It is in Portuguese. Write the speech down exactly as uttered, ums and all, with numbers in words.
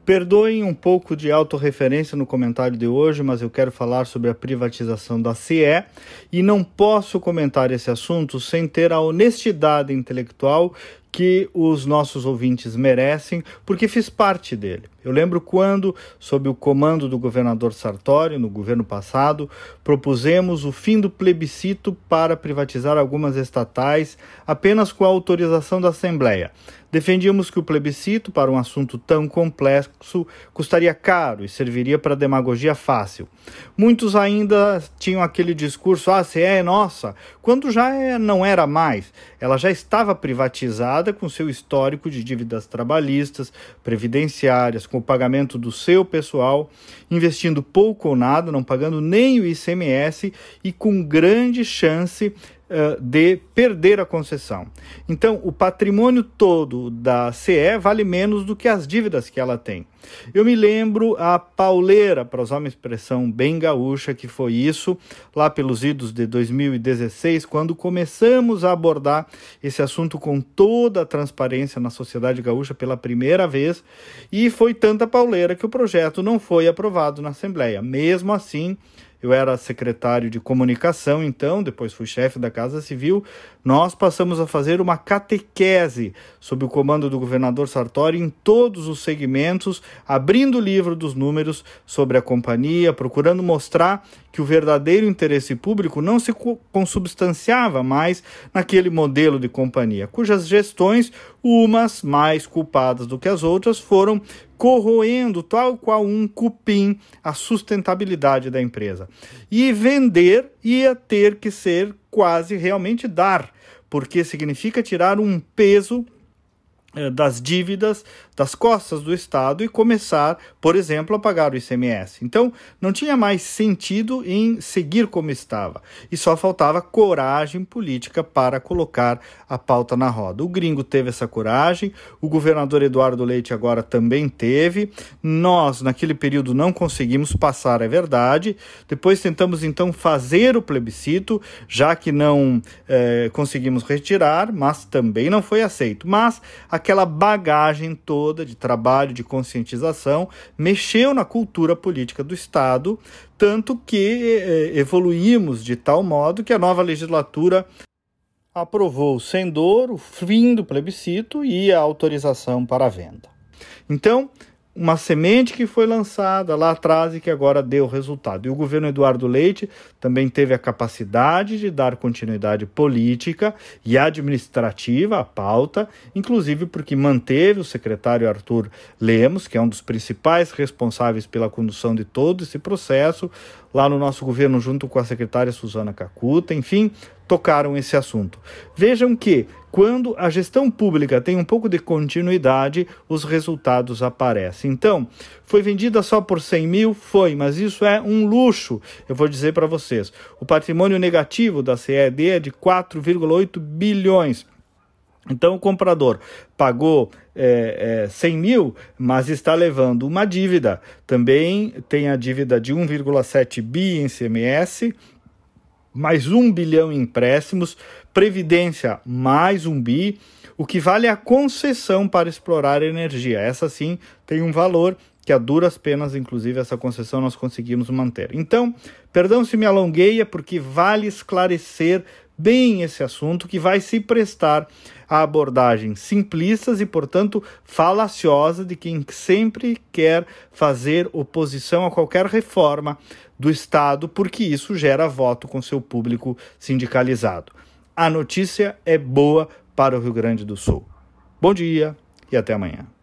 Perdoem um pouco de autorreferência no comentário de hoje, mas eu quero falar sobre a privatização da C E e não posso comentar esse assunto sem ter a honestidade intelectual que os nossos ouvintes merecem, porque fiz parte dele. Eu lembro quando, sob o comando do governador Sartori, no governo passado, propusemos o fim do plebiscito para privatizar algumas estatais apenas com a autorização da Assembleia. Defendíamos que o plebiscito, para um assunto tão complexo, custaria caro e serviria para demagogia fácil. Muitos ainda tinham aquele discurso, ah, a C E é nossa, quando já é, não era mais. Ela já estava privatizada com seu histórico de dívidas trabalhistas, previdenciárias, com o pagamento do seu pessoal, investindo pouco ou nada, não pagando nem o I C M S e com grande chance uh, de perder a concessão. Então, o patrimônio todo da C E vale menos do que as dívidas que ela tem. Eu me lembro a pauleira, para usar uma expressão bem gaúcha, que foi isso, lá pelos idos de dois mil e dezesseis, quando começamos a abordar esse assunto com toda a transparência na sociedade gaúcha pela primeira vez, e foi tanta pauleira que o projeto não foi aprovado na Assembleia. Mesmo assim, eu era secretário de comunicação, então, depois fui chefe da Casa Civil, nós passamos a fazer uma catequese sob o comando do governador Sartori em todos os segmentos, abrindo o livro dos números sobre a companhia, procurando mostrar que o verdadeiro interesse público não se consubstanciava mais naquele modelo de companhia, cujas gestões, umas mais culpadas do que as outras, foram corroendo, tal qual um cupim, a sustentabilidade da empresa. E vender ia ter que ser quase realmente dar, porque significa tirar um peso eh, das dívidas das costas do Estado e começar, por exemplo, a pagar o I C M S. Então, não tinha mais sentido em seguir como estava. E só faltava coragem política para colocar a pauta na roda. O gringo teve essa coragem, o governador Eduardo Leite agora também teve. Nós, naquele período, não conseguimos passar, é verdade. Depois tentamos, então, fazer o plebiscito, já que não eh, conseguimos retirar, mas também não foi aceito. Mas aquela bagagem toda de trabalho, de conscientização, mexeu na cultura política do Estado, tanto que eh, evoluímos de tal modo que a nova legislatura aprovou sem dor o fim do plebiscito e a autorização para a venda. Então, uma semente que foi lançada lá atrás e que agora deu resultado. E o governo Eduardo Leite também teve a capacidade de dar continuidade política e administrativa à pauta, inclusive porque manteve o secretário Arthur Lemos, que é um dos principais responsáveis pela condução de todo esse processo, lá no nosso governo junto com a secretária Suzana Cacuta, enfim, tocaram esse assunto. Vejam que, quando a gestão pública tem um pouco de continuidade, os resultados aparecem. Então, foi vendida só por cem mil? Foi, mas isso é um luxo, eu vou dizer para vocês. O patrimônio negativo da C E D é de quatro vírgula oito bilhões. Então o comprador pagou é, é, cem mil, mas está levando uma dívida. Também tem a dívida de um vírgula sete bi em I C M S, mais um bilhão em empréstimos, previdência mais um bi, o que vale a concessão para explorar energia. Essa sim tem um valor que a duras penas, inclusive, essa concessão nós conseguimos manter. Então, perdão se me alonguei, é porque vale esclarecer bem esse assunto que vai se prestar a abordagens simplistas e, portanto, falaciosa de quem sempre quer fazer oposição a qualquer reforma do Estado, porque isso gera voto com seu público sindicalizado. A notícia é boa para o Rio Grande do Sul. Bom dia e até amanhã.